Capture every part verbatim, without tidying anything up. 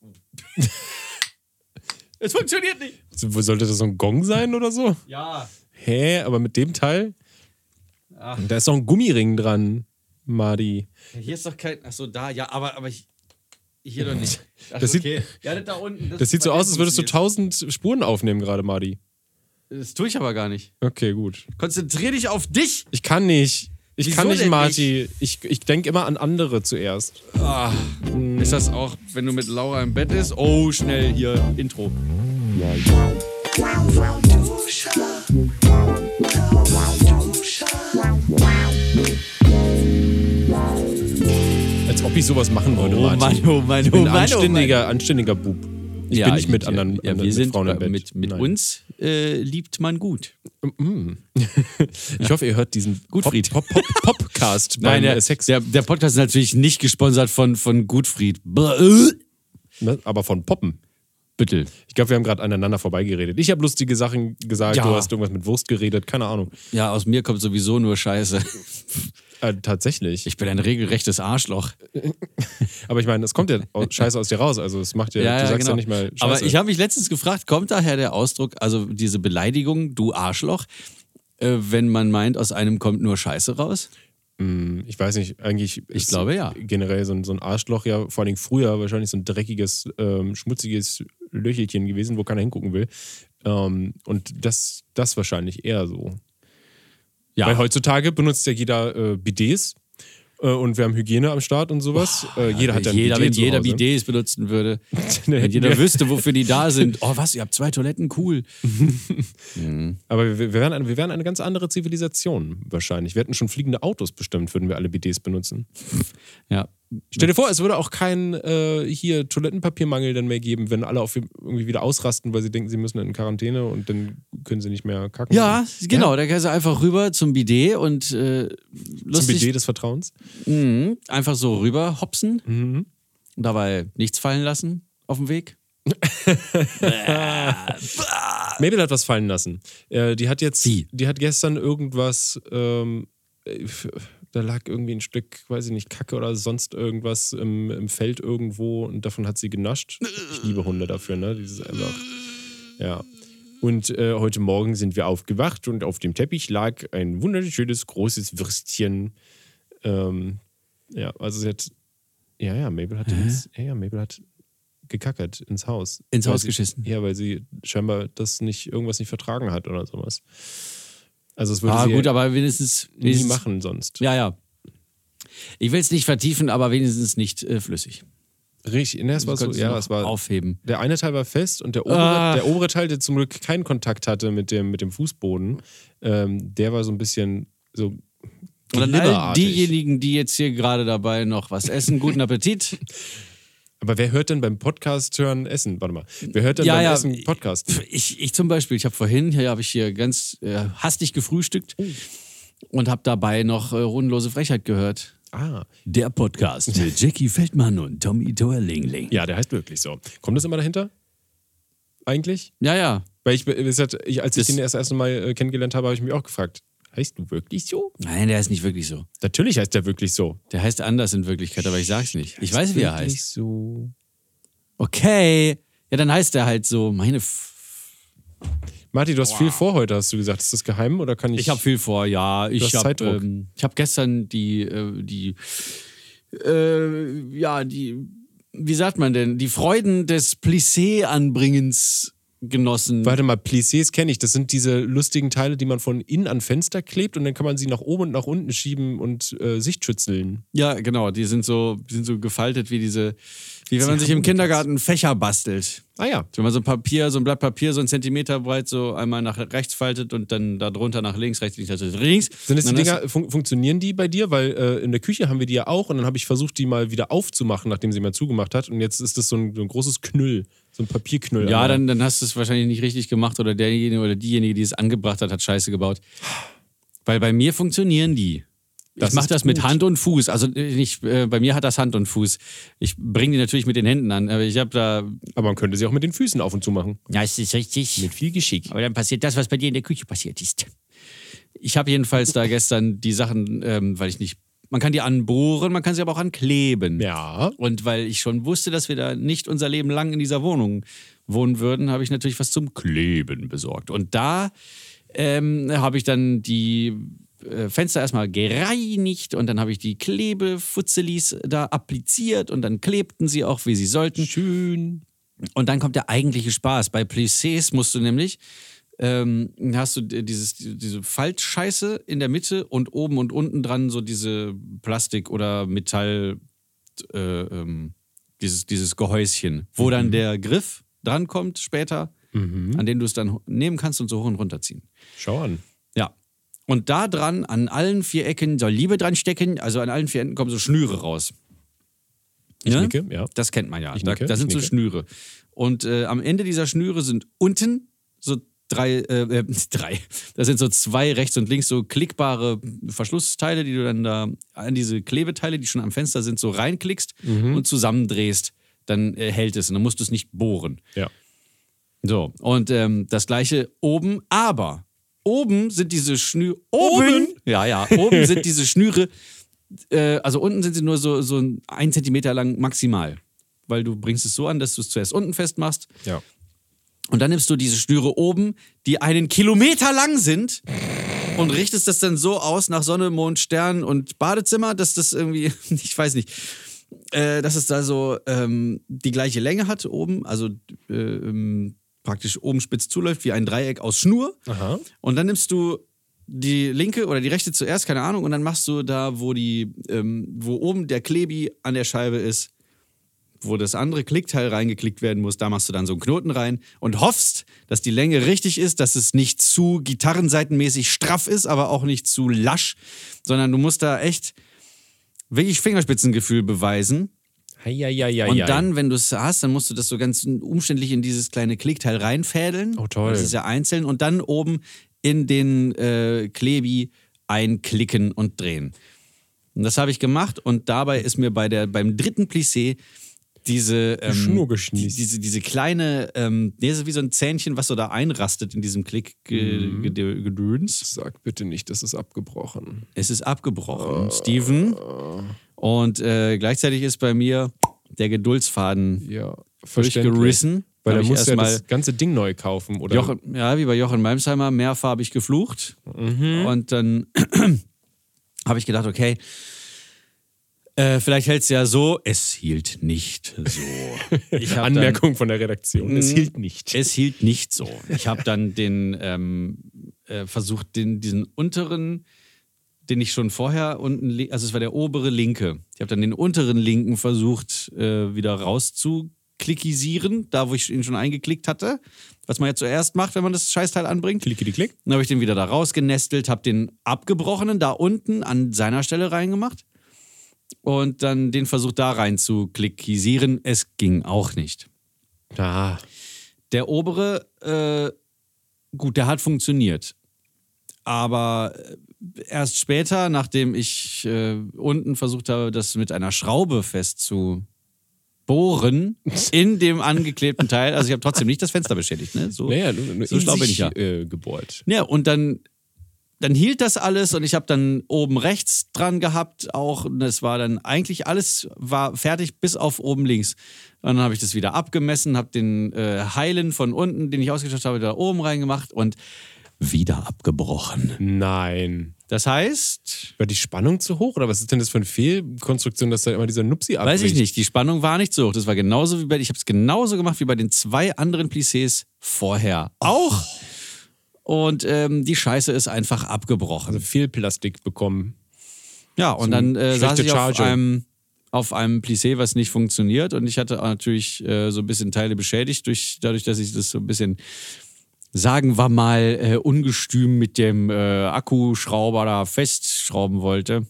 Es funktioniert nicht. Sollte das so ein Gong sein oder so? Ja. Hä, aber mit dem Teil? Ach. Da ist doch ein Gummiring dran, Madi. Hier ist doch kein. Achso, da, ja, aber, aber ich, hier doch nicht. Ach, Das sieht- okay. Ja, das da unten. Das sieht so aus, als würdest du tausend. tausend Spuren aufnehmen gerade, Madi. Das tue ich aber gar nicht. Okay, gut. Konzentrier dich auf dich. Ich kann nicht. Ich Wieso kann nicht, denn Marti. Ich, ich denke immer an andere zuerst. Ah, ist das auch, wenn du mit Laura im Bett bist? Oh, schnell hier, Intro. Als ob ich sowas machen würde, Oh Marti. Mann, oh Mann, Ich bin oh ein Mann, oh anständiger, anständiger Bub. Ich Ja, bin nicht ich- mit ja, anderen, ja, anderen wir mit sind Frauen im Bett. mit, mit Nein. uns äh, liebt man gut. Ich hoffe, ihr hört diesen Gutfried. Pop, Pop, Pop, Popcast Nein, beim der, äh, Sex. der, der Podcast ist natürlich nicht gesponsert von, von Gutfried. Ne? Aber von Poppen. Bitte. Ich glaube, wir haben gerade aneinander vorbeigeredet. Ich habe lustige Sachen gesagt, Ja. du hast irgendwas mit Wurst geredet, keine Ahnung. Ja, aus mir kommt sowieso nur Scheiße. Äh, tatsächlich. Ich bin ein regelrechtes Arschloch. Aber ich meine, es kommt ja aus- Scheiße aus dir raus. Also es macht ja, Ja, du ja, sagst genau. ja nicht mal Scheiße. Aber ich habe mich letztens gefragt, kommt daher der Ausdruck, also diese Beleidigung, du Arschloch, äh, wenn man meint, aus einem kommt nur Scheiße raus? Hm, ich weiß nicht, eigentlich Ich ist glaube, ja. generell so ein, so ein Arschloch ja vor allem früher wahrscheinlich so ein dreckiges, ähm, schmutziges Löchelchen gewesen, wo keiner hingucken will. Ähm, und das, das wahrscheinlich eher so. Ja. Weil heutzutage benutzt ja jeder äh, Bidets äh, und wir haben Hygiene am Start und sowas. äh, jeder hat ja ein jeder, Bidet wenn zu jeder Hause. Bidets benutzen würde, Wenn wenn jeder wüsste, wofür die da sind. Oh, was, ihr habt zwei Toiletten, cool. Aber wir, wir, wären eine, wir wären eine ganz andere Zivilisation wahrscheinlich. Wir hätten schon fliegende Autos bestimmt, würden wir alle Bidets benutzen. Ja. Stell dir vor, es würde auch keinen äh, hier Toilettenpapiermangel dann mehr geben, wenn alle auf, irgendwie wieder ausrasten, weil sie denken, sie müssen in Quarantäne und dann können sie nicht mehr kacken. Ja, genau, da kannst du einfach rüber zum Bidet und äh, Zum lustig, Bidet des Vertrauens. Mhm, einfach so rüber hopsen Mhm. und dabei nichts fallen lassen auf dem Weg. Mabel hat was fallen lassen. Äh, die hat jetzt, Wie? die hat gestern irgendwas, ähm, äh, da lag irgendwie ein Stück, weiß ich nicht, Kacke oder sonst irgendwas im, im Feld irgendwo und davon hat sie genascht. Ich liebe Hunde dafür, ne? Dieses einfach, ja. Und äh, heute Morgen sind wir aufgewacht und auf dem Teppich lag ein wunderschönes, großes Würstchen. Ähm, ja, also sie hat, ja, ja, Mabel hat, ins, ja, ja, Mabel hat gekackert ins Haus. Ins Weil Haus sie, geschissen. Ja, weil sie scheinbar das nicht, irgendwas nicht vertragen hat oder sowas. Also es würde Ah, sie gut, aber wenigstens, nie wenigstens machen sonst. Ja, ja. Ich will es nicht vertiefen, aber wenigstens nicht äh, flüssig. Richtig, ne, es war so, Könntest du ja, noch es war, aufheben. der eine Teil war fest und der obere, Ah. der obere Teil, der zum Glück keinen Kontakt hatte mit dem, mit dem Fußboden, ähm, der war so ein bisschen so Und an all glibberartig. diejenigen, die jetzt hier gerade dabei noch was essen, guten Appetit. Aber wer hört denn beim Podcast hören Essen? Warte mal. Wer hört denn Ja, beim ja. Essen Podcast? Ich, ich zum Beispiel, ich habe vorhin, hier habe ich hier ganz äh, hastig gefrühstückt und habe dabei noch äh, Rundenlose Frechheit gehört. Ah, Der Podcast mit Jackie Feldmann und Tommy Toerlingling. ja, der heißt wirklich so. Kommt das immer dahinter? Eigentlich? Ja, ja. Weil ich, wie gesagt, ich als ich Das- den erst erste Mal äh, kennengelernt habe, habe ich mich auch gefragt, heißt du wirklich so? Nein, der ist nicht wirklich so. Natürlich heißt der wirklich so. Der heißt anders in Wirklichkeit, aber ich sag's nicht. Ich weiß, wie er Wirklich heißt. so. Okay. Ja, dann heißt er halt so, meine F Marti, du hast viel vor heute, hast du gesagt. Ist das geheim oder kann ich... Ich habe viel vor, ja. Ich hast habe Zeitdruck. ähm, ich hab gestern die, äh, die, äh, ja, die, wie sagt man denn, die Freuden des Plissé-Anbringens genossen. Warte mal, Plissés kenne ich. Das sind diese lustigen Teile, die man von innen an Fenster klebt und dann kann man sie nach oben und nach unten schieben und äh, Sichtschützeln. Ja, genau. Die sind so, die sind so gefaltet wie diese, wie wenn Sie man sich haben im Kindergarten Fächer bastelt. Ah ja. Wenn man so ein Papier, so ein Blatt Papier, so einen Zentimeter breit, so einmal nach rechts faltet und dann da drunter nach links, rechts, links, rechts, links. Sind das die Und dann Dinger, fun funktionieren die bei dir? Weil äh, in der Küche haben wir die ja auch und dann habe ich versucht, die mal wieder aufzumachen, nachdem sie mal zugemacht hat. Und jetzt ist das so ein, so ein großes Knüll, so ein Papierknüll. Ja, Aber- dann, dann hast du es wahrscheinlich nicht richtig gemacht oder derjenige oder diejenige, die es angebracht hat, hat Scheiße gebaut. Weil bei mir funktionieren die. Das ich mache ist das mit gut. Hand und Fuß. Also nicht, äh, bei mir hat das Hand und Fuß. Ich bringe die natürlich mit den Händen an, aber ich habe da. Aber man könnte sie auch mit den Füßen auf und zu machen. Ja, es ist richtig. Mit viel Geschick. Aber dann passiert das, was bei dir in der Küche passiert ist. Ich habe jedenfalls da gestern die Sachen, ähm, weil ich nicht man kann die anbohren, man kann sie aber auch ankleben. Ja. Und weil ich schon wusste, dass wir da nicht unser Leben lang in dieser Wohnung wohnen würden, habe ich natürlich was zum Kleben besorgt. Und da ähm, habe ich dann die äh, Fenster erstmal gereinigt und dann habe ich die Klebefutzelis da appliziert und dann klebten sie auch, wie sie sollten. Schön. Und dann kommt der eigentliche Spaß. Bei Plissés musst du nämlich, ähm, hast du dieses, diese Faltscheiße in der Mitte und oben und unten dran so diese Plastik- oder Metall, äh, ähm, dieses, dieses Gehäuschen, wo mhm. dann der Griff drankommt später, mhm. an den du es dann nehmen kannst und so hoch und runter ziehen. Schau an. Ja. Und da dran, an allen vier Ecken soll Liebe dran stecken, also an allen vier Enden kommen so Schnüre raus. Ich ne? nicke, ja. Das kennt man ja. Ich Da, nicke, da sind ich so nicke. Schnüre. Und äh, am Ende dieser Schnüre sind unten so drei, äh, äh, drei, da sind so zwei rechts und links so klickbare Verschlussteile, die du dann da an diese Klebeteile, die schon am Fenster sind, so reinklickst Mhm. und zusammendrehst. Dann äh, hält es und dann musst du es nicht bohren. Ja. So, und ähm, das gleiche oben, aber oben sind diese Schnüre. Oben? Oben? Ja, ja, oben sind diese Schnüre, äh, also unten sind sie nur so, so ein Zentimeter lang maximal. Weil du bringst es so an, dass du es zuerst unten festmachst. Ja. Und dann nimmst du diese Schnüre oben, die einen Kilometer lang sind, und richtest das dann so aus nach Sonne, Mond, Stern und Badezimmer, dass das irgendwie, ich weiß nicht, äh, dass es da so ähm, die gleiche Länge hat oben, also äh, ähm, praktisch oben spitz zuläuft, wie ein Dreieck aus Schnur. Aha. Und dann nimmst du die linke oder die rechte zuerst, keine Ahnung, und dann machst du da, wo die, ähm, wo oben der Klebi an der Scheibe ist, wo das andere Klickteil reingeklickt werden muss, da machst du dann so einen Knoten rein und hoffst, dass die Länge richtig ist, dass es nicht zu gitarrenseitenmäßig straff ist, aber auch nicht zu lasch, sondern du musst da echt wirklich Fingerspitzengefühl beweisen. Heieieiei. Und dann, wenn du es hast, dann musst du das so ganz umständlich in dieses kleine Klickteil reinfädeln. Oh, toll. Das ist ja einzeln. Und dann oben in den äh, Klebi einklicken und drehen. Und das habe ich gemacht und dabei ist mir bei der, beim dritten Plissé diese, ähm, Schnur die, geschnitzt. diese, diese kleine, ähm, nee, das ist wie so ein Zähnchen, was so da einrastet in diesem Klick-Gedöns. Sag bitte nicht, das ist abgebrochen. Es ist abgebrochen, Steven. Und äh, gleichzeitig ist bei mir der Geduldsfaden Ja, verständlich. durchgerissen. Weil Hab er ich muss ja erstmal das ganze Ding neu kaufen, oder? Jochen, ja, wie bei Jochen Malmsheimer, mehrfarbig geflucht. Mhm. Und dann habe ich gedacht, okay, äh, vielleicht hält es ja so. Es hielt nicht so. Ich hab Anmerkung von der Redaktion. Es Mhm. hielt nicht. Dann, es hielt nicht so. Ich habe dann den ähm, äh, versucht, den, diesen unteren, den ich schon vorher unten, li- also es war der obere linke. Ich habe dann den unteren linken versucht, äh, wieder rauszuklickisieren, da wo ich ihn schon eingeklickt hatte. Was man ja zuerst macht, wenn man das Scheißteil anbringt. Klicke die Klick. Dann habe ich den wieder da rausgenestelt, habe den abgebrochenen da unten an seiner Stelle reingemacht und dann den versucht da rein zu klickisieren. Es ging auch nicht. Ah. Der obere, äh, gut, der hat funktioniert. Aber erst später, nachdem ich äh, unten versucht habe, das mit einer Schraube festzubohren in dem angeklebten Teil, also ich habe trotzdem nicht das Fenster beschädigt, ne? So, Naja, nur, nur so in schlau bin sich, ich ja. äh, gebohrt. Ja, und dann, dann hielt das alles und ich habe dann oben rechts dran gehabt auch. Und es war dann eigentlich alles war fertig bis auf oben links. Und dann habe ich das wieder abgemessen, habe den äh, Heilen von unten, den ich ausgetauscht habe, da oben reingemacht und wieder abgebrochen. Nein. Das heißt, War die Spannung zu hoch? Oder was ist denn das für eine Fehlkonstruktion, dass da immer dieser Nupsi abbricht? weiß ich nicht, die Spannung war nicht so hoch. Das war genauso wie bei, ich habe es genauso gemacht wie bei den zwei anderen Plissés vorher auch. Und ähm, die Scheiße ist einfach abgebrochen. Also Fehlplastik bekommen. Ja, und So dann äh, saß schlechte ich auf Charge. einem, auf einem Plissé, was nicht funktioniert. Und ich hatte auch natürlich äh, so ein bisschen Teile beschädigt, durch, dadurch, dass ich das so ein bisschen, sagen wir mal, äh, ungestüm mit dem äh, Akkuschrauber da festschrauben wollte.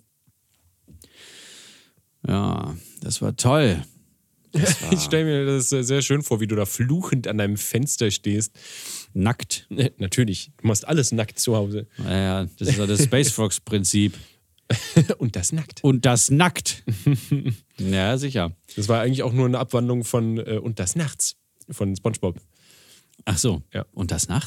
Ja, das war toll. Das war Ich stelle mir das sehr schön vor, wie du da fluchend an deinem Fenster stehst. nackt. Äh, Natürlich, du machst alles nackt zu Hause. Naja, das ist ja das Space Fox-Prinzip. Und das nackt. Und das nackt. Ja, sicher. Das war eigentlich auch nur eine Abwandlung von äh, Und das nachts von SpongeBob. Ach so. Ja. Und das nachts?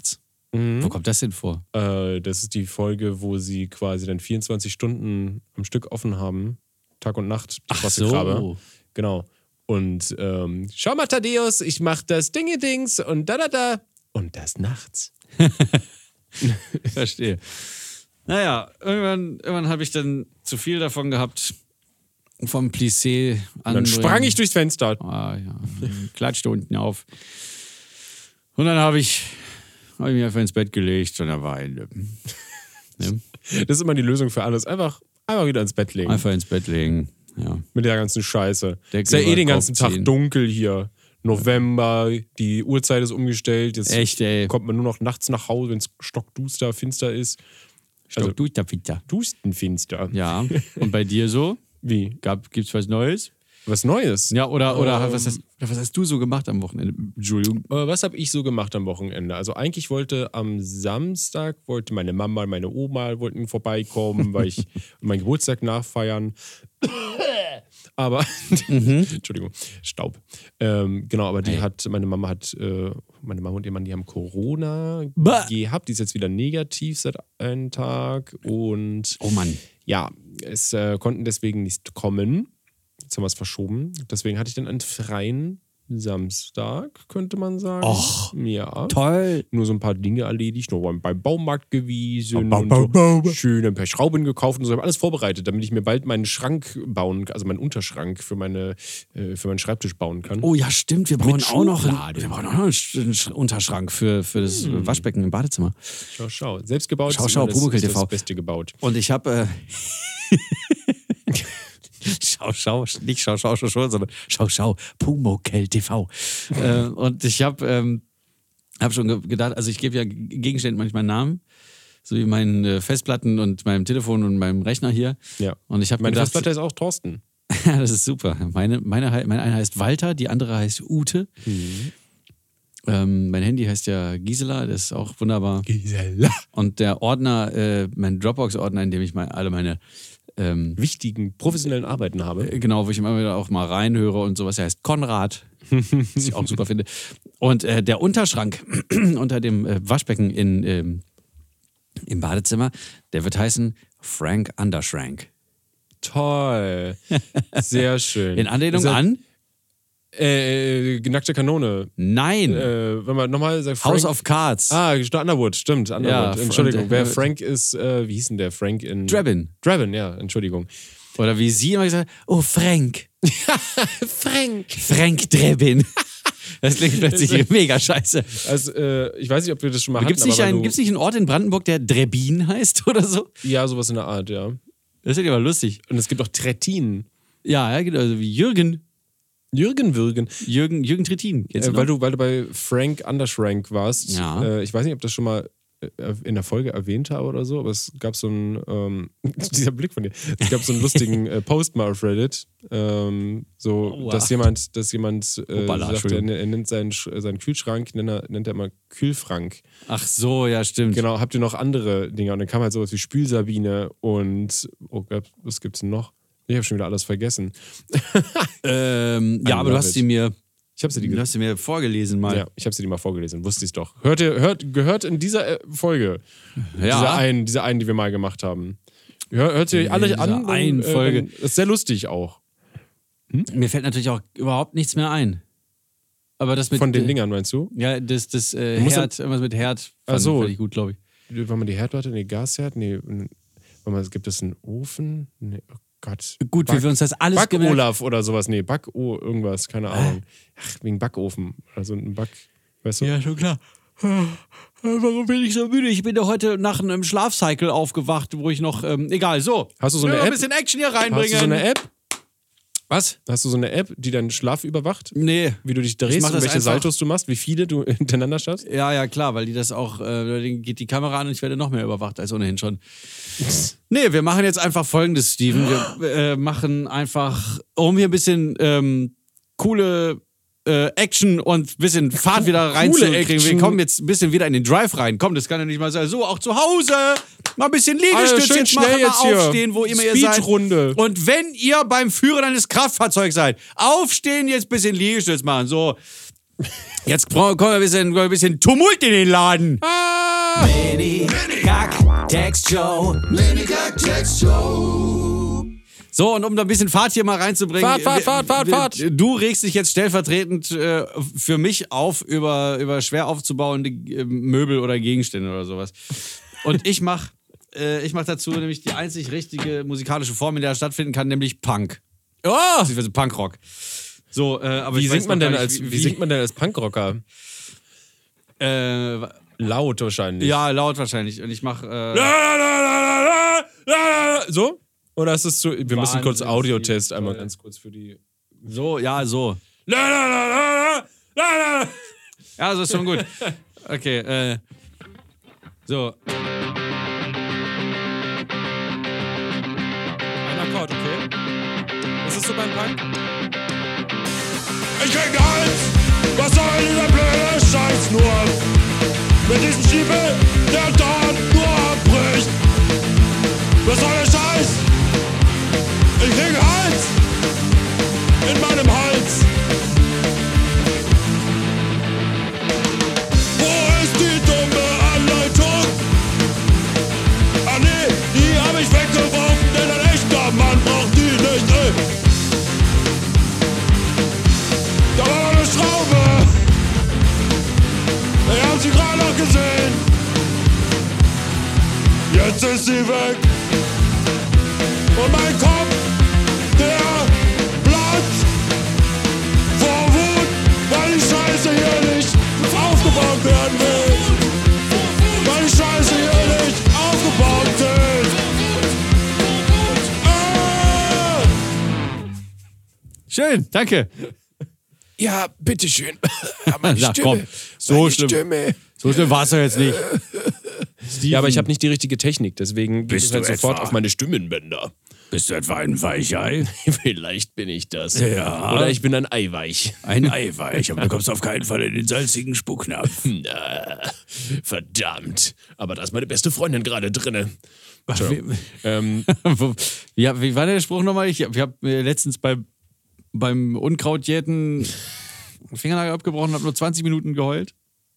Mhm. Wo kommt das denn vor? Äh, das ist die Folge, wo sie quasi dann vierundzwanzig Stunden am Stück offen haben. Tag und Nacht. Die Ach Schwarze so. Krabbe. Genau. Und ähm, schau mal, Thaddeus, ich mach das Dinge-Dings und da, da, da. Und das nachts. Verstehe. Naja, irgendwann, irgendwann habe ich dann zu viel davon gehabt. Vom Plissé an. Dann sprang ich durchs Fenster. Ah, ja. Klatschte unten auf. Und dann habe ich, hab ich mich einfach ins Bett gelegt und da war Ende. Ne? Das ist immer die Lösung für alles. Einfach, einfach wieder ins Bett legen. Einfach ins Bett legen. Ja. Mit der ganzen Scheiße. Deckel Ist ja über eh den den ganzen Kopf Tag ziehen. dunkel hier. November, die Uhrzeit ist umgestellt. Jetzt Echt, ey. kommt man nur noch nachts nach Hause, wenn es stockduster, finster ist. Also, du da wieder. Dustenfinster. Ja. Und bei dir so? Wie? Gab, gibt's was Neues? Was Neues? Ja, oder, oder Ähm, was, hast, was hast du so gemacht am Wochenende? Entschuldigung. Äh, was habe ich so gemacht am Wochenende? Also eigentlich wollte am Samstag, wollte meine Mama, meine Oma wollten vorbeikommen, weil ich meinen Geburtstag nachfeiern. Aber, Entschuldigung, Staub. Ähm, genau, aber die Hey. hat, meine Mama hat, äh, meine Mama und ihr Mann, die haben Corona Bah. gehabt. Die ist jetzt wieder negativ seit einem Tag. Und Oh Mann. ja, es äh, konnten deswegen nicht kommen. Jetzt haben wir es verschoben. Deswegen hatte ich dann einen freien Samstag, könnte man sagen. Och, ja. toll. Nur so ein paar Dinge erledigt, nur beim, beim Baumarkt gewesen Bau, und bau, so bau, bau. schön ein paar Schrauben gekauft und so. Ich habe alles vorbereitet, damit ich mir bald meinen Schrank bauen, also meinen Unterschrank für, meine, äh, für meinen Schreibtisch bauen kann. Oh ja, stimmt. Wir brauchen Mit auch noch einen, Schublade. wir brauchen auch noch einen Sch- einen Sch- Unterschrank für, für das Hm. Waschbecken im Badezimmer. Schau, schau. Selbst gebaut. Schau, ist schau, immer das, Pumuckl ist T V. das Beste gebaut. Und ich habe. Äh, schau, schau, nicht schau, schau, schau, schau, sondern schau, schau, Pumuckl T V. äh, und ich habe ähm, hab schon ge- gedacht, also ich gebe ja G- Gegenständen manchmal Namen, so wie meinen äh, Festplatten und meinem Telefon und meinem Rechner hier. Ja. Und ich habe Meine gedacht, Festplatte ist auch Thorsten. ja, das ist super. Meine, meine, hei- meine eine heißt Walter, die andere heißt Ute. Mhm. Ähm, mein Handy heißt ja Gisela, das ist auch wunderbar. Gisela. Und der Ordner, äh, mein Dropbox-Ordner, in dem ich mal alle meine, ähm, Wichtigen professionellen Arbeiten habe. genau, wo ich immer wieder auch mal reinhöre und sowas, der heißt Konrad, was ich auch super finde. Und äh, der Unterschrank unter dem äh, Waschbecken in, ähm, im Badezimmer, der wird heißen Frank Underschrank. Toll. Sehr schön. In Anlehnung Ist er- an? Äh, äh, genackte Kanone. Nein, Äh, wenn man nochmal sagt, Frank, House of Cards. Ah, Underwood, stimmt. Underwood. Ja, Entschuldigung. und, äh, Wer Frank ist, äh, wie hieß denn der Frank in. Drabin. Drabin, ja, Entschuldigung. Oder wie sie immer gesagt hat, oh Frank. Frank. Frank Drebin. Das klingt plötzlich mega scheiße. Also, äh, ich weiß nicht, ob wir das schon mal Gibt es hatten. nicht, aber ein- du- gibt's nicht einen Ort in Brandenburg, der Drebin heißt oder so? Ja, sowas in der Art, ja. Das ist ja aber lustig. Und es gibt auch Trettin. Ja, ja, genau, also wie Jürgen. Jürgen Würgen. Jürgen, Jürgen Trittin. Kennst Äh, du weil, noch? du, weil du bei Frank Underschrank warst. Ja. Äh, ich weiß nicht, ob das schon mal äh, in der Folge erwähnt habe oder so, aber es gab so einen, ähm, dieser Blick von dir, es gab so einen lustigen äh, Post mal auf Reddit, ähm, so, Aua. dass jemand, dass jemand äh, Hoppala, sagt, er, Entschuldigung. er nennt seinen, Sch- seinen Kühlschrank, nennt er, nennt er immer Kühlfrank. Ach so, ja, stimmt. Genau, habt ihr noch andere Dinge? Und dann kam halt sowas wie Spülsabine und, oh Gott, was gibt's denn noch? Ich habe schon wieder alles vergessen. Ähm, ja, I aber du love hast it. sie mir, Ich habe sie die du hast sie mir vorgelesen mal. Ja, ich habe sie dir mal vorgelesen, wusste ich doch. Hört ihr, hört, gehört in dieser äh, Folge, Ja. dieser einen, dieser einen, die wir mal gemacht haben. Hört, hört ihr euch alle In dieser an? einen Folge. Äh, ist sehr lustig auch. Mir fällt natürlich auch überhaupt nichts mehr ein. Aber das mit. Von den Dingern, meinst du? Ja, das, das äh, musst Herd, irgendwas mit Herd. Ach so. Fand ich gut, glaube ich. War mal die Herdplatte? Nee, Gasherd? Nee. Warte mal, gibt es einen Ofen? Nee, oh Gott. Gut, Back, wie wir uns das alles gemerkt Back-Olaf oder sowas. Nee, Back-O, irgendwas, keine Ahnung. Ach, wegen Backofen. Also ein Back, weißt du? Ja, schon klar. Warum bin ich so müde? Ich bin ja heute nach einem Schlafcycle aufgewacht, wo ich noch, ähm, egal, so. Hast du so eine Noch ein App? bisschen Action hier Hast reinbringen. du so eine App? Was? Hast du so eine App, die deinen Schlaf überwacht? Nee. Wie du dich Ich drehst mach und das welche einfach- Saltos du machst, wie viele du hintereinander schaffst? Ja, ja, klar, weil die das auch, äh, dann geht die Kamera an und ich werde noch mehr überwacht als ohnehin schon. Nee, wir machen jetzt einfach Folgendes, Steven. Wir äh, machen einfach, um hier ein bisschen ähm, coole äh, Action und ein bisschen Fahrt wieder reinzukriegen. Wir Action. kommen jetzt ein bisschen wieder in den Drive rein. Komm, das kann ja nicht mal sein. So, auch zu Hause. Mal ein bisschen Liegestütz Alter, schön jetzt schnell machen, jetzt mal hier. aufstehen, wo immer ihr seid. Speedrunde. Und wenn ihr beim Führen eines Kraftfahrzeugs seid, aufstehen, jetzt ein bisschen Liegestütz machen. So, jetzt bra- kommen wir ein bisschen, ein bisschen Tumult in den Laden. Ah! Mini Kack Text Show. Mini Kack Text Show. So, und um da ein bisschen Fahrt hier mal reinzubringen. Fahrt, Fahrt, Fahrt, Fahrt, Fahrt. Du regst dich jetzt stellvertretend äh, für mich auf über, über schwer aufzubauende äh, Möbel oder Gegenstände oder sowas. Und ich mach, äh, ich mach dazu nämlich die einzig richtige musikalische Form, in der er stattfinden kann, nämlich Punk. Oh! Also Punkrock. So, äh, aber Wie ich singt weiß man noch denn gar als, nicht, wie, wie singt man denn als Punkrocker? Äh, Laut wahrscheinlich. ja, laut wahrscheinlich. Und ich mach. Äh, so? Oder ist es zu. Wir müssen kurz Wahnsinn, Audiotest einmal ganz kurz für die. so, ja, so. Ja, Ja, so ist schon gut. Okay, äh. So. ein Akkord, okay. Ist es so beim Punk? Ich krieg Hals, was soll dieser blöde Scheiß nur? Mit diesem Schiebel, der dort nur abbricht. Was soll der Scheiß? Ich krieg Hals in meinem Hals. Wo ist die dumme Anleitung? Ah nee, die hab ich weggeworfen, denn ein echter Mann braucht die nicht, ey. Da war eine Schraube. Ich hab sie gerade noch gesehen. Jetzt ist sie weg. Und mein Kopf, der platzt vor Wut, weil die Scheiße hier nicht aufgebaut werden will. Weil die Scheiße hier nicht aufgebaut ist. Ah! Schön, danke. Ja, bitteschön. Ja, meine Sag, Stimme. komm, so meine schlimm. Stimme. So schlimm war es doch jetzt nicht. Ja, aber ich habe nicht die richtige Technik, deswegen geht es halt du sofort etwa- auf meine Stimmenbänder. Bist du etwa ein Weichei? Vielleicht bin ich das. Ja. Oder ich bin ein Eiweich. Ein Eiweich, aber du kommst auf keinen Fall in den salzigen Spucknapf. Na, verdammt. Aber da ist meine beste Freundin gerade drinne. Wie, Ähm, ja, wie war der Spruch nochmal? Ich, ich habe mir letztens bei, beim Unkrautjäten den Fingernagel abgebrochen und habe nur zwanzig Minuten geheult.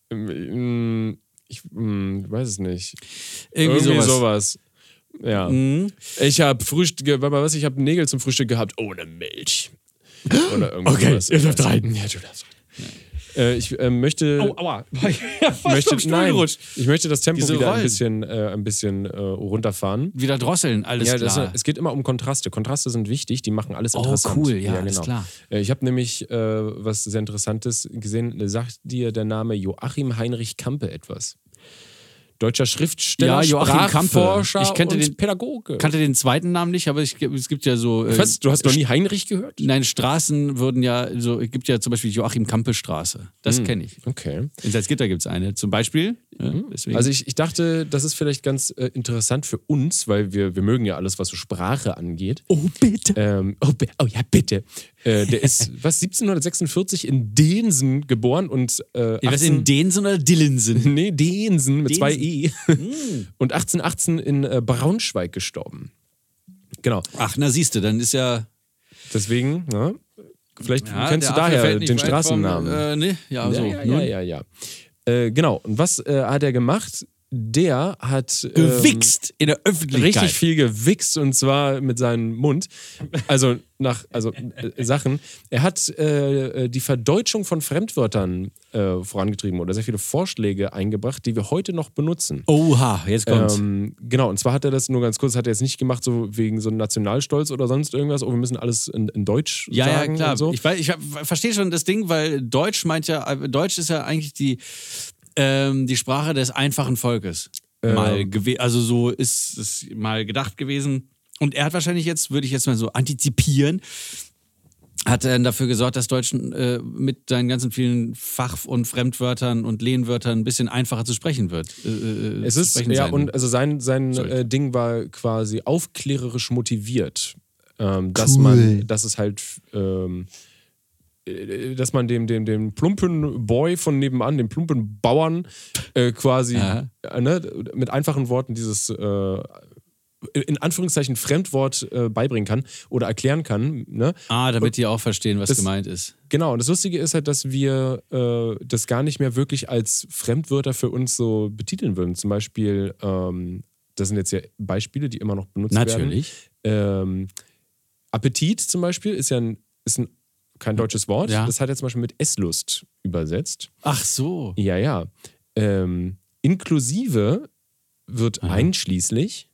ähm, ich ähm, weiß es nicht. Irgendwie, Irgendwie sowas. sowas. Ja. Mhm. Ich habe Frühstück, warte mal was, ich habe Nägel zum Frühstück gehabt ohne Milch. Oder irgendwas. Okay, sowas. ihr dürft rein. Ja, du darfst rein. Äh, ich äh, möchte. Oh, aua. Ja, fast möchte, vom Stuhl nein, gerutscht. ich möchte das Tempo Diese wieder ein Rollen. bisschen, äh, ein bisschen äh, runterfahren. Wieder drosseln, alles Ja, klar. das, es geht immer um Kontraste. Kontraste sind wichtig, die machen alles Oh, interessant. cool, ja, alles klar. Äh, Ich habe nämlich äh, was sehr Interessantes gesehen. Sagt dir der Name Joachim Heinrich Campe etwas? Deutscher Schriftsteller, Ja, Joachim Campe. Sprachforscher Ich kannte und den- Pädagoge. kannte den zweiten Namen nicht, aber ich, es gibt ja so. Äh, Was? Du hast noch nie Heinrich gehört? Nein, Straßen würden ja so. Es gibt ja zum Beispiel Joachim Campe Straße. Das kenne ich. Okay. In Salzgitter gibt es eine zum Beispiel. Ja, deswegen. Also ich, ich dachte, das ist vielleicht ganz äh, interessant für uns, weil wir, wir mögen ja alles, was so Sprache angeht. oh, bitte. Ähm, oh, bi- oh ja, bitte. Äh, der ist, was, siebzehnhundertsechsundvierzig in Densen geboren und äh, Was in Densen oder Dillensen? nee, Densen mit Densen. zwei E. Und achtzehnhundertachtzehn in äh, Braunschweig gestorben. Genau. Ach, na siehst du, dann ist ja. Deswegen, ne? Vielleicht ja kennst du der Affe daher fällt nicht den weit Straßennamen. Vom, äh, nee, ja, so. ja, ja, Nun. ja, ja, ja. Äh, genau. Und was äh, hat er gemacht? Der hat ähm, Gewichst in der Öffentlichkeit. richtig viel gewichst und zwar mit seinem Mund. Also nach also äh, Sachen. Er hat äh, die Verdeutschung von Fremdwörtern äh, vorangetrieben oder sehr viele Vorschläge eingebracht, die wir heute noch benutzen. Oha, jetzt kommt's. Ähm, genau, und zwar hat er das nur ganz kurz, das hat er jetzt nicht gemacht, so wegen so Nationalstolz oder sonst irgendwas, oh, wir müssen alles in, in Deutsch Ja, ja, sagen klar. und so. Ich, weiß- ich hab- verstehe schon das Ding, weil Deutsch meint ja, Deutsch ist ja eigentlich die, ähm, die Sprache des einfachen Volkes. Mal gewe- also so ist es mal gedacht gewesen. Und er hat wahrscheinlich jetzt, würde ich jetzt mal so antizipieren, hat er dann dafür gesorgt, dass Deutsch äh, mit seinen ganzen vielen Fach- und Fremdwörtern und Lehnwörtern ein bisschen einfacher zu sprechen wird. Äh, äh, Es zu ist, sprechen ja, sein. und also sein, sein Sorry. äh, Ding war quasi aufklärerisch motiviert. Ähm, dass man, dass es halt, ähm, äh, dass man dem, dem, dem plumpen Boy von nebenan, dem plumpen Bauern, äh, quasi Aha. äh, ne, mit einfachen Worten dieses äh, in Anführungszeichen Fremdwort äh, beibringen kann oder erklären kann. Ne? Ah, damit und die auch verstehen, was das, gemeint ist. Genau, und das Lustige ist halt, dass wir äh, das gar nicht mehr wirklich als Fremdwörter für uns so betiteln würden. Zum Beispiel, ähm, das sind jetzt ja Beispiele, die immer noch benutzt Natürlich. werden. Ähm, Appetit zum Beispiel ist ja ein, ist ein, kein deutsches Wort. Ja. Das hat er zum Beispiel mit Esslust übersetzt. Ach so. Ja, ja. Ähm, inklusive wird Aha. einschließlich.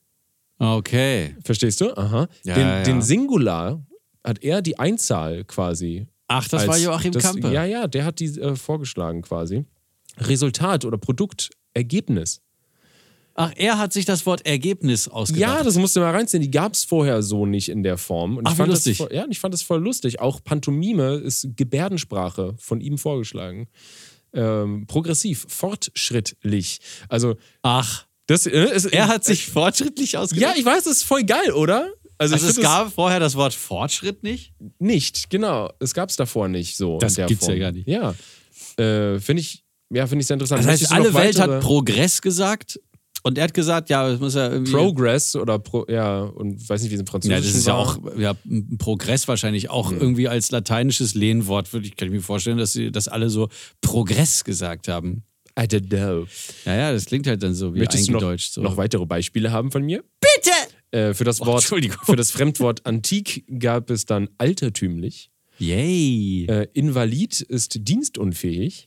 Okay. Verstehst du? Aha. Ja, den, ja, ja. den Singular hat er die Einzahl quasi. Ach, das als, war Joachim das, Campe. Ja, ja, der hat die äh, vorgeschlagen quasi. Resultat oder Produkt, Ergebnis. Ach, er hat sich das Wort Ergebnis ausgedacht. Ja, das musst du mal reinziehen. Die gab es vorher so nicht in der Form. Und Ach, ich wie fand lustig. Das voll, ja, und ich fand das voll lustig. Auch Pantomime ist Gebärdensprache von ihm vorgeschlagen. Ähm, progressiv, fortschrittlich. Also, Ach, das äh, ist, er hat sich fortschrittlich Ja, ausgedacht. ich weiß, das ist voll geil, oder? Also Also, ich es find gab vorher das Wort Fortschritt nicht? das nicht, genau. Es gab es davor nicht so. Das in der gibt's Form. ja gar nicht. Ja. Äh, finde ich, ja, find ich sehr interessant. Das heißt, Möchtest du noch alle Welt weitere- hat Progress gesagt und er hat gesagt, ja, es muss ja irgendwie... Progress oder Pro, ja, und weiß nicht, wie es im Französischen Ja, das ist ja war. auch, ja, ein Progress wahrscheinlich auch Hm. irgendwie als lateinisches Lehnwort, würde ich, kann ich mir vorstellen, dass sie das alle so Progress gesagt haben. I don't know. Ja, ja, das klingt halt dann so wie Möchtest du noch, eingedeutscht. So. noch weitere Beispiele haben von mir? Bitte! Äh, für das Wort, Entschuldigung. für das Fremdwort antik gab es dann altertümlich. Yay! Äh, Invalid ist dienstunfähig.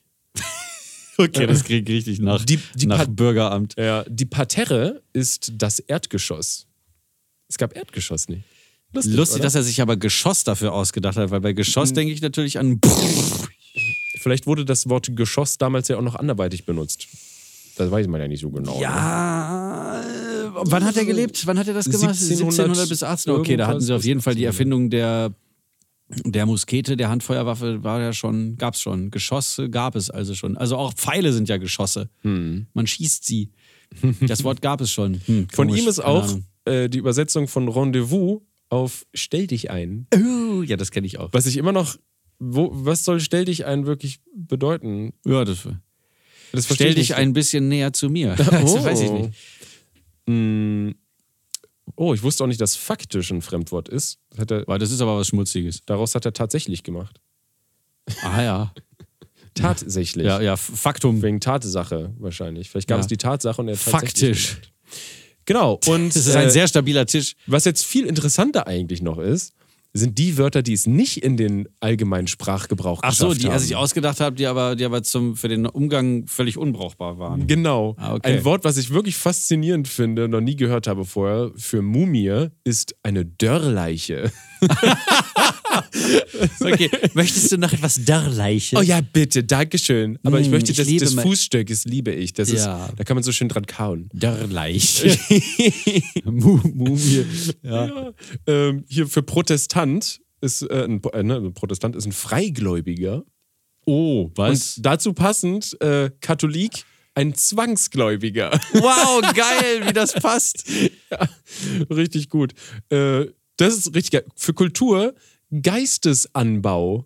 Okay, das klingt richtig nach, Die- die nach Pat- Bürgeramt. Ja, die Parterre ist das Erdgeschoss. Es gab Erdgeschoss nicht. Lustig, Lustig, oder? dass er sich aber Geschoss dafür ausgedacht hat, weil bei Geschoss Mhm. denke ich natürlich an. Vielleicht wurde das Wort Geschoss damals ja auch noch anderweitig benutzt. Das weiß man ja nicht so genau. Ne? Ja. äh, Wann hat er gelebt? Wann hat er das gemacht? siebzehnhundert siebzehnhundert bis achtzehnhundert. Okay, da hatten sie auf jeden Fall die irgendwas. Erfindung der, der Muskete, der Handfeuerwaffe, war ja schon, gab es schon. Geschosse gab es also schon. Also auch Pfeile sind ja Geschosse. Hm. Man schießt sie. Das Wort gab es schon. Hm, Von komisch, ihm ist keine auch Ahnung. äh, die Übersetzung von Rendezvous auf Stell dich ein. Oh, ja, das kenne ich auch. Was ich immer noch. Wo, was soll Stell dich ein wirklich bedeuten? Ja, das, Das verstehe stell ich dich nicht. ein bisschen näher zu mir. Oh. Das weiß ich nicht. Hm. Oh, ich wusste auch nicht, dass faktisch ein Fremdwort ist. Das hat er, Weil das ist aber was Schmutziges. daraus hat er tatsächlich gemacht. Ah ja. Tatsächlich. Ja, ja, Faktum. Wegen Tatsache wahrscheinlich. Vielleicht gab Ja. es die Tatsache und er hat tatsächlich Faktisch. gemacht. Genau. Und Das ist ein äh, sehr stabiler Tisch. was jetzt viel interessanter eigentlich noch ist, sind die Wörter, die es nicht in den allgemeinen Sprachgebrauch Ach so, geschafft die er haben. sich ausgedacht hat, die aber, die aber zum, für den Umgang völlig unbrauchbar waren. Genau. Ah, okay. Ein Wort, was ich wirklich faszinierend finde, noch nie gehört habe vorher, für Mumie, ist eine Dörrleiche. Okay, möchtest du noch etwas Dörrleiche? Oh ja, bitte, Dankeschön. Aber ich Mm, möchte ich das, liebe das mein- Fußstück, das liebe ich. Das Ja. ist, da kann man so schön dran kauen. Dörrleiche. Mu- Mumie. Ja. Ja. Ähm, hier für Protestant ist äh, ein, äh, ne, ein Protestant ist ein Freigläubiger. Oh, was? Und dazu passend äh, Katholik, ein Zwangsgläubiger. Wow, geil, wie das passt. Ja, richtig gut. Äh, das ist richtig geil. Für Kultur Geistesanbau.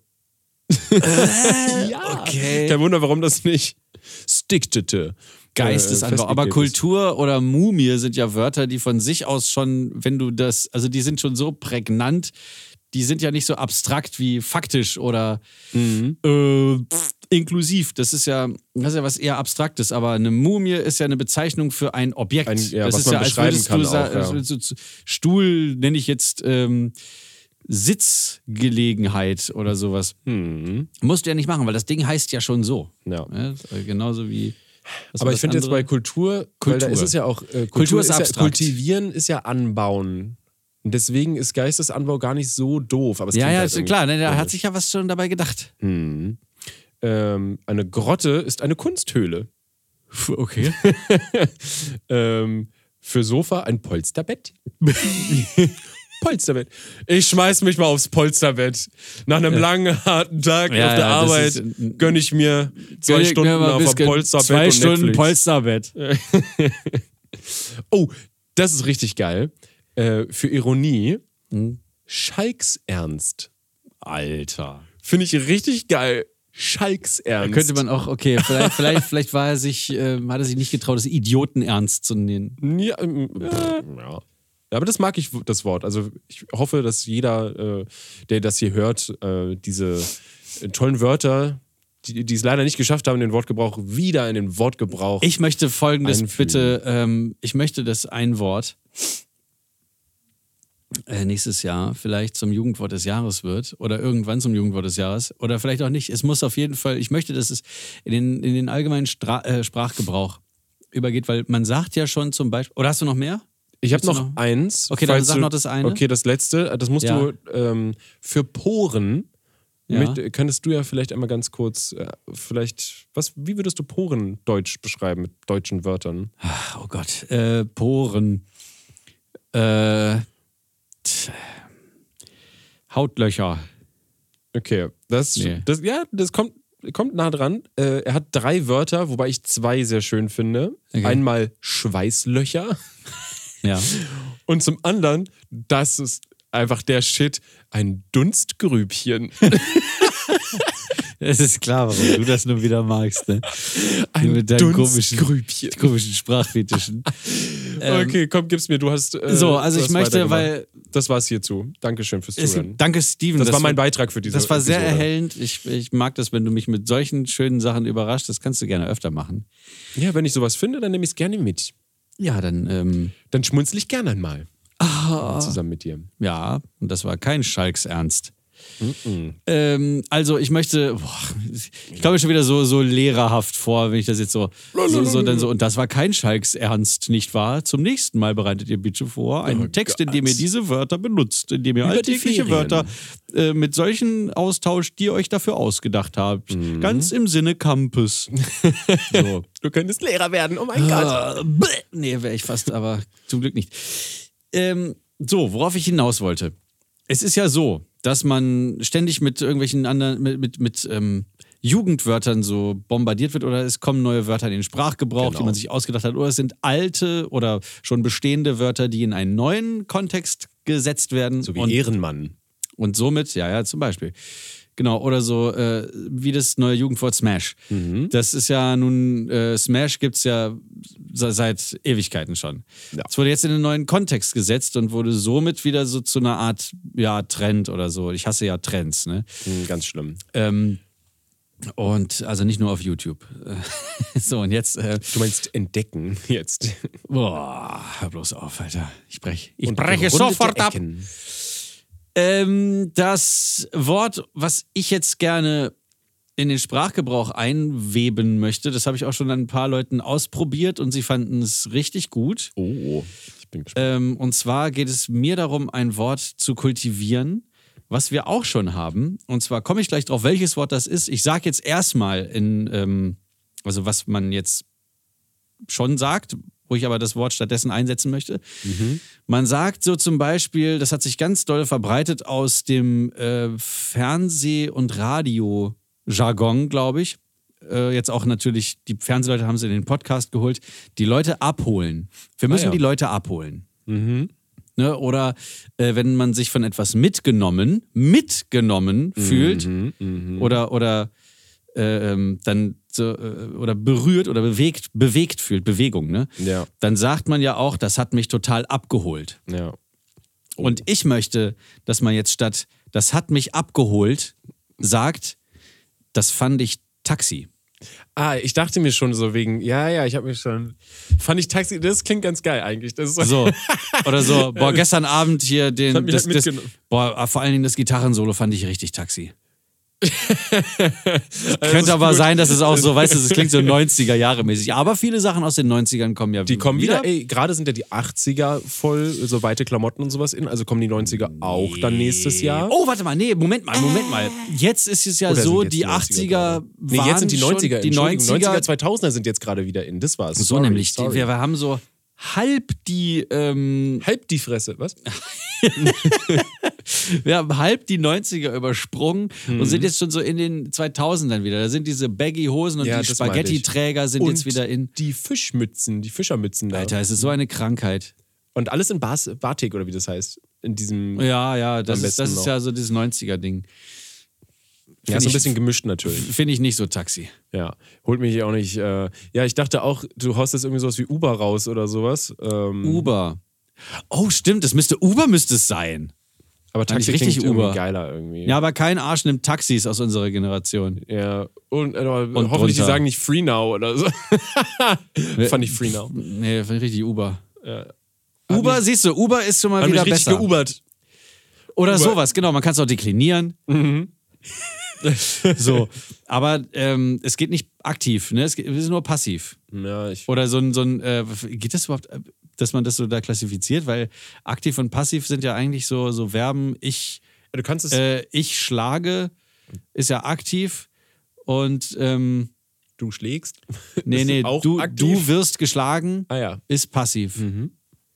Ja. okay. Kein Wunder, warum das nicht stiktete. Geistesanbau. Äh, Aber festgeklebt ist. Kultur oder Mumie sind ja Wörter, die von sich aus schon, wenn du das, also die sind schon so prägnant, die sind ja nicht so abstrakt wie faktisch oder Mhm. äh, pff, inklusiv. Das ist ja, das ist ja was eher Abstraktes, aber eine Mumie ist ja eine Bezeichnung für ein Objekt. Ein- ja, das was ist man ja, als beschreiben würdest kann du sagen, auch, ja. als würdest du zu- Stuhl nenne ich jetzt ähm, Sitzgelegenheit oder sowas. Mhm. Musst du ja nicht machen, weil das Ding heißt ja schon so. Ja. Ja, genauso wie. was Aber war ich das finde jetzt andere? bei Kultur, weil Kultur. da ist es ja auch, äh, Kultur, Kultur ist ja, abstrakt. kultivieren ist ja anbauen. Und deswegen ist Geistesanbau gar nicht so doof. Aber es Ja, klingt ja, halt ist irgendwie klar, ne, da hat komisch. sich ja was schon dabei gedacht. Mhm. Ähm, eine Grotte ist eine Kunsthöhle. Okay. ähm, für Sofa ein Polsterbett. Polsterbett. Ich schmeiß mich mal aufs Polsterbett. Nach einem langen, harten Tag Ja, auf der ja, das Arbeit ist- gönne ich mir zwei Gönn ich Stunden mir mal auf ein dem bisschen Polsterbett Zwei und Stunden Netflix. Polsterbett. Oh, das ist richtig geil. Äh, für Ironie, Hm. Schalksernst. Alter. Finde ich richtig geil. Schalksernst. Könnte man auch, okay, vielleicht, vielleicht, vielleicht war er sich, ähm, hat er sich nicht getraut, das Idiotenernst zu nennen. Ja, ähm, äh, ja. Aber das mag ich, das Wort. Also ich hoffe, dass jeder, äh, der das hier hört, äh, diese äh, tollen Wörter, die, die es leider nicht geschafft haben, den Wortgebrauch wieder in den Wortgebrauch. Ich möchte Folgendes einfügen. bitte, ähm, ich möchte, dass ein Wort äh, nächstes Jahr vielleicht zum Jugendwort des Jahres wird oder irgendwann zum Jugendwort des Jahres oder vielleicht auch nicht. Es muss auf jeden Fall, ich möchte, dass es in den, in den allgemeinen Stra- äh, Sprachgebrauch übergeht, weil man sagt ja schon zum Beispiel, oder hast du noch mehr? Ich habe Willst du noch, noch? eins. Okay, dann falls sag du, noch das eine. Okay, das letzte. Das musst Ja. du ähm, für Poren. Ja. Mit, könntest du ja vielleicht einmal ganz kurz, äh, vielleicht, was, wie würdest du Poren deutsch beschreiben mit deutschen Wörtern? Ach, oh Gott, äh, Poren, äh, t- Hautlöcher. Okay, das, Nee. das ja, das kommt, kommt nah dran. Äh, er hat drei Wörter, wobei ich zwei sehr schön finde. Okay. Einmal Schweißlöcher Ja. und zum anderen, das ist einfach der Shit, ein Dunstgrübchen. Es ist klar, warum du das nur wieder magst, ne? Ein Mit deinen komischen, Dunstgrübchen. komischen Sprachfetischen. Ähm, Okay, komm, gib's mir. Du hast. Äh, So, also du ich hast möchte, weitergemacht. weil Das war's hierzu. Dankeschön fürs es, Zuhören. danke, Steven. Das, war mein Beitrag für diese Das war sehr Episode. erhellend. Ich, ich mag das, wenn du mich mit solchen schönen Sachen überrascht. Das kannst du gerne öfter machen. Ja, wenn ich sowas finde, dann nehme ich es gerne mit. Ja, dann, ähm, Dann schmunzel ich gerne einmal. Ah. Zusammen mit dir. ja, und das war kein Schalksernst. Ähm, also ich möchte, boah, ich komme mir schon wieder so, so lehrerhaft vor, wenn ich das jetzt so, so, so, dann so, und das war kein Schalksernst, nicht wahr? Zum nächsten Mal bereitet ihr bitte vor einen Oh Text, Gott. in dem ihr diese Wörter benutzt, in dem ihr Über die alltägliche Ferien. Wörter äh, mit solchen austauscht, die ihr euch dafür ausgedacht habt. Mhm. Ganz im Sinne Campus. So. Du könntest Lehrer werden, oh mein Gott. Äh, bäh. Nee, wäre ich fast, aber zum Glück nicht. Ähm, so, worauf ich hinaus wollte. Es ist ja so, dass man ständig mit irgendwelchen anderen, mit, mit, mit ähm, Jugendwörtern so bombardiert wird oder es kommen neue Wörter in den Sprachgebrauch, Genau. die man sich ausgedacht hat, oder es sind alte oder schon bestehende Wörter, die in einen neuen Kontext gesetzt werden. So wie und, Ehrenmann. und somit, ja, ja, zum Beispiel. Genau, oder so äh, wie das neue Jugendwort Smash. Mhm. Das ist ja nun, äh, Smash gibt es ja se- seit Ewigkeiten schon. Ja. Es wurde jetzt in einen neuen Kontext gesetzt und wurde somit wieder so zu einer Art, ja, Trend oder so. Ich hasse ja Trends, ne? Hm, ganz schlimm. Ähm, und also nicht nur auf YouTube. So, und jetzt, äh, Du meinst entdecken jetzt. boah, hör bloß auf, Alter. Ich breche ich Und breche gerundete sofort ab. Ecken. Ähm, das Wort, was ich jetzt gerne in den Sprachgebrauch einweben möchte, das habe ich auch schon an ein paar Leuten ausprobiert und sie fanden es richtig gut. Oh, ich bin gespannt. Ähm, und zwar geht es mir darum, ein Wort zu kultivieren, was wir auch schon haben. Und zwar komme ich gleich drauf, welches Wort das ist. Ich sage jetzt erstmal in, ähm, also was man jetzt schon sagt, wo ich aber das Wort stattdessen einsetzen möchte. Man sagt so zum Beispiel, das hat sich ganz doll verbreitet aus dem äh, Fernseh- und Radio-Jargon, glaube ich. Äh, jetzt auch natürlich, die Fernsehleute haben es in den Podcast geholt, die Leute abholen. Wir müssen Ah, ja. die Leute abholen. Mhm. Ne? Oder äh, wenn man sich von etwas mitgenommen, mitgenommen fühlt Mhm, mhm. oder, oder äh, ähm, dann so, äh, oder berührt oder bewegt, bewegt fühlt, Bewegung, ne? Ja, Dann sagt man ja auch, das hat mich total abgeholt. ja. Und ich möchte, dass man jetzt statt, das hat mich abgeholt, sagt, das fand ich Taxi. Ah, ich dachte mir schon so wegen, ja, ja, ich habe mir schon, fand ich Taxi, das klingt ganz geil eigentlich. Das ist So. Oder so, boah, gestern Abend hier den, hat mich das, halt das, mitgenommen. boah, vor allen Dingen das Gitarrensolo fand ich richtig Taxi. Also Könnte aber sein, dass es auch so, weißt du, es klingt so neunziger-Jahre-mäßig. Aber viele Sachen aus den neunzigern kommen ja Die kommen wieder, ey, gerade sind ja die achtziger voll, so weite Klamotten und sowas in, also kommen die neunziger auch dann nächstes Jahr. Oh, warte mal, nee, Moment mal, Moment mal. Jetzt ist es ja Oder so, sind jetzt die achtziger gerade? Nee, waren jetzt sind die neunziger, schon, die Entschuldigung, neunziger, neunziger, zweitausender sind jetzt gerade wieder in, das war's. so Sorry, nämlich, die, sorry. wir, wir haben so halb die, ähm, Halb die Fresse, was? wir haben halb die neunziger übersprungen Mhm. und sind jetzt schon so in den zweitausendern wieder. Da sind diese Baggy-Hosen und Ja, die das meinte ich. Spaghetti-Träger sind Und jetzt wieder in. die Fischmützen, die Fischermützen da. Alter, es ist so eine Krankheit. Und alles in Bas Batik oder wie das heißt. In diesem, Ja, ja, das Am ist, das besten ist noch. ja so dieses neunziger-Ding. ja, so ein ich- bisschen gemischt natürlich. Finde ich nicht so Taxi. Ja, holt mich auch nicht. Äh, ja, ich dachte auch, du haust jetzt irgendwie sowas wie Uber raus oder sowas. Ähm, Uber. Oh, stimmt, das müsste Uber müsste es sein. Aber Taxi richtig klingt irgendwie Uber. geiler irgendwie. Ja, aber kein Arsch nimmt Taxis aus unserer Generation. Ja. Und, äh, Und hoffentlich, die drunter. sagen nicht Free Now oder so. Fand ich Free Now. Nee, fand ich richtig Uber. Ja. Uber, siehst du, Uber ist schon mal Hab wieder mich richtig besser. geubert. Oder Uber. sowas, genau, man kann es auch deklinieren. Mhm. So, aber ähm, es geht nicht aktiv, ne? Es, geht, es ist nur passiv. Ja, ich. Oder so ein, so ein äh, geht das überhaupt, äh, dass man das so da klassifiziert? Weil aktiv und passiv sind ja eigentlich so, so Verben, ich, Du kannst es. äh, ich schlage, ist ja aktiv und ähm, du schlägst. nee, Ist nee, auch du, aktiv. du wirst geschlagen, Ah ja. ist passiv. Mhm.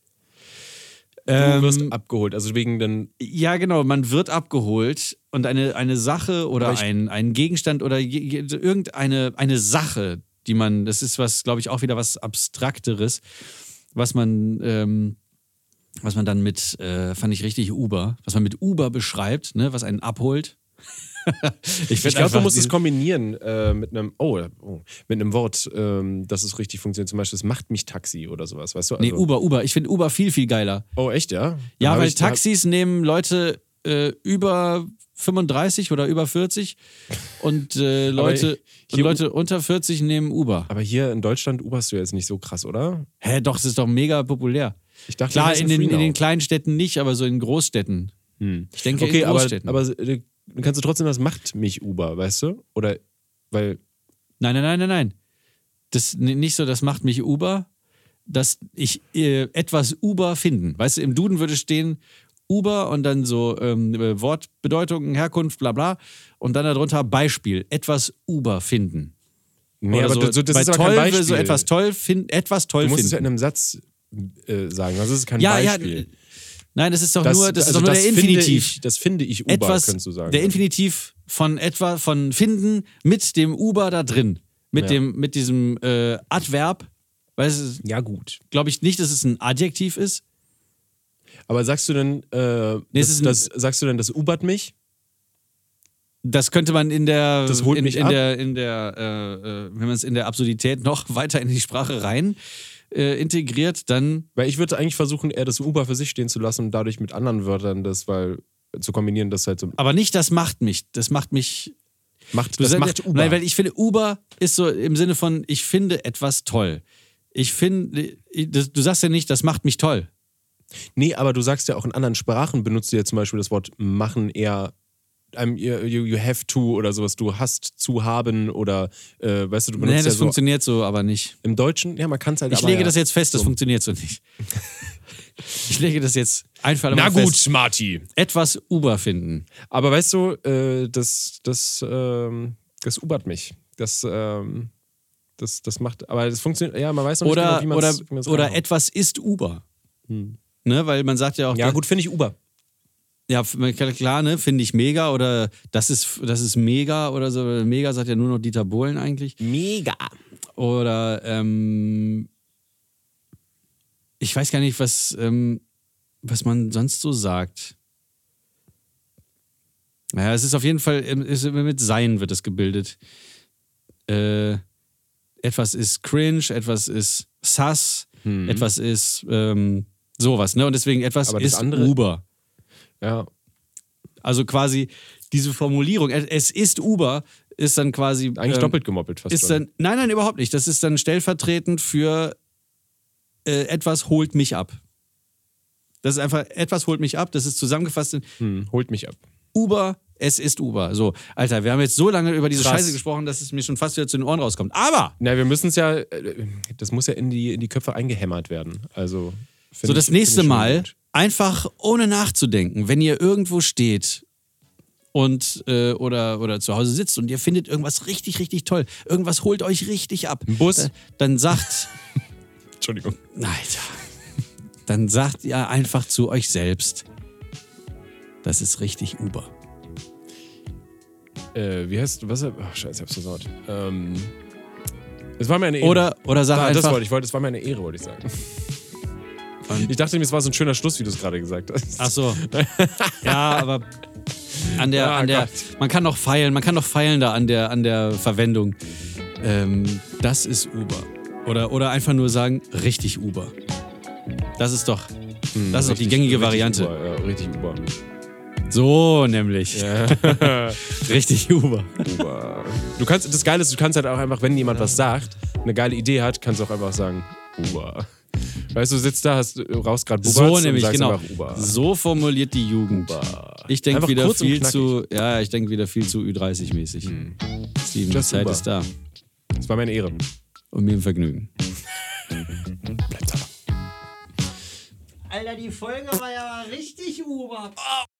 Du Ähm, wirst abgeholt. Also wegen den. Ja, genau, man wird abgeholt und eine, eine Sache oder Aber ich- ein, ein Gegenstand oder je, je, irgendeine eine Sache, die man, das ist was, glaube ich, auch wieder was Abstrakteres, was man, ähm, was man dann mit, äh, fand ich richtig Uber, was man mit Uber beschreibt, ne, was einen abholt. Ich find glaube, du einfach musst es die- kombinieren äh, mit einem. Oh, oh, mit einem Wort, ähm, dass es richtig funktioniert. Zum Beispiel, es macht mich Taxi oder sowas. Weißt du? Also, Nee, Uber, Uber. Ich finde Uber viel, viel geiler. Oh, echt, ja? Ja, Dann hab weil ich- da hab- Taxis nehmen Leute äh, über fünfunddreißig oder über vierzig und äh, Leute, und hier- Leute unter vierzig nehmen Uber. Aber hier in Deutschland uberst du jetzt nicht so krass, oder? Hä, doch, das ist doch mega populär. Ich dachte, Klar, das ist in den, Free in Now. den kleinen Städten nicht, aber so in Großstädten. Hm. Ich denke, Okay, in aber, Großstädten. aber äh, dann kannst du trotzdem, das macht mich Uber, weißt du? Oder, weil, Nein, nein, nein, nein, nein. Das n- nicht so, das macht mich Uber, dass ich äh, etwas Uber finden. Weißt du, im Duden würde stehen Uber und dann so ähm, äh, Wortbedeutungen, Herkunft, bla bla. Und dann darunter Beispiel, etwas Uber finden. nee, Oder aber so, das, das bei ist aber toll, kein Beispiel. so etwas toll finden, etwas toll du musst es ja in finden. einem Satz äh, sagen, also es ist kein Ja, ja, Beispiel. nein, das ist doch Das, nur, das also ist doch nur das der finde Infinitiv. Ich, das finde ich Uber, etwas, könntest du sagen. der Infinitiv von etwa, von finden mit dem Uber da drin. Mit, Ja. dem, mit diesem äh, Adverb. Weißt du, ja, gut. glaube ich nicht, dass es ein Adjektiv ist. Aber sagst du denn, äh, Nee, es das, ist ein- das, sagst du denn, das ubert mich? Das könnte man in der, Das holt in, mich in ab? der, in der, äh, äh, wenn man es in der Absurdität noch weiter in die Sprache rein äh, integriert, dann Weil ich würde eigentlich versuchen, eher das Uber für sich stehen zu lassen und dadurch mit anderen Wörtern das, weil zu kombinieren, das halt so aber nicht, das macht mich. Das macht mich. macht. Du Das sag- macht Uber. Nein, weil ich finde, Uber ist so im Sinne von, ich finde etwas toll. Ich finde, das- du sagst ja nicht, das macht mich toll. Nee, aber du sagst ja auch in anderen Sprachen benutzt du ja zum Beispiel das Wort machen eher um, you, you have to oder sowas. Du hast zu haben oder äh, weißt du, du benutzt Nee, das ja so funktioniert so aber nicht. im Deutschen. Ja, man kann es halt Ich aber lege ja das jetzt fest, das so. funktioniert so nicht. Ich lege das jetzt einfach Na mal gut, fest. Smarty. Etwas Uber finden. Aber weißt du, äh, das, das, ähm, das ubert mich. Das, ähm, das, das macht, aber das funktioniert, ja, man weiß noch nicht Oder, genau, wie man oder, es oder etwas ist Uber. Ne, weil man sagt ja auch, Ja, da- gut, finde ich Uber. ja, klar, ne, finde ich mega oder das ist, das ist mega oder so. Mega sagt ja nur noch Dieter Bohlen eigentlich. Mega. Oder ähm, ich weiß gar nicht, was, ähm, was man sonst so sagt. Naja, es ist auf jeden Fall, ist, mit Sein wird es gebildet. Äh, etwas ist cringe, etwas ist sus, etwas ist ähm, sowas, ne? Und deswegen etwas Aber das ist andere- Uber. Ja. Also quasi diese Formulierung, es ist Uber, ist dann quasi. Eigentlich ähm, doppelt gemoppelt fast. Ist dann, nein, nein, überhaupt nicht. Das ist dann stellvertretend für äh, etwas holt mich ab. Das ist einfach, etwas holt mich ab. Das ist zusammengefasst in hm, holt mich ab. Uber, es ist Uber. So, Alter, wir haben jetzt so lange über diese Krass. Scheiße gesprochen, dass es mir schon fast wieder zu den Ohren rauskommt. Aber, Na, wir müssen es ja, äh, das muss ja in die, in die Köpfe eingehämmert werden. Also. find so das ich- nächste find ich schon Mal gut. einfach ohne nachzudenken, wenn ihr irgendwo steht und äh, oder, oder zu Hause sitzt und ihr findet irgendwas richtig, richtig toll, irgendwas holt euch richtig ab. Ein Bus. Äh, Dann sagt, Entschuldigung. Alter, dann sagt ihr einfach zu euch selbst, das ist richtig Uber. Äh, wie heißt, was, oh, scheiße, ich hab's versaut. Ähm, es war mir eine Ehre. Oder, oder sag ah, das einfach, wollte ich, wollte, es war mir eine Ehre, wollte ich sagen. Ich dachte mir, es war so ein schöner Schluss, wie du es gerade gesagt hast. ach so, ja, aber an der, Ah, an der, Gott. man kann noch feilen, man kann noch feilen da an der, an der Verwendung. Ähm, das ist Uber. Oder, oder einfach nur sagen, richtig Uber. Das ist doch, Das ist doch die gängige richtig Variante. Uber, ja, richtig Uber. So nämlich. Ja. Richtig Uber. Uber. Du kannst, das Geile ist, du kannst halt auch einfach, wenn jemand was sagt, eine geile Idee hat, kannst du auch einfach sagen, Uber. Weißt du, du sitzt da, hast, raus gerade Bubatz So und nämlich, sagst genau. einfach Uber. So formuliert die Jugend. Uber. Ich denke Einfach wieder kurz und viel knackig. zu, ja, ich denke wieder viel zu Ü dreißig mäßig. Hm. Steven, die Just Zeit Uber. ist da. Das war meine Ehre. Und mir ein Vergnügen. Bleibt aber. Alter, die Folge war ja richtig Uber.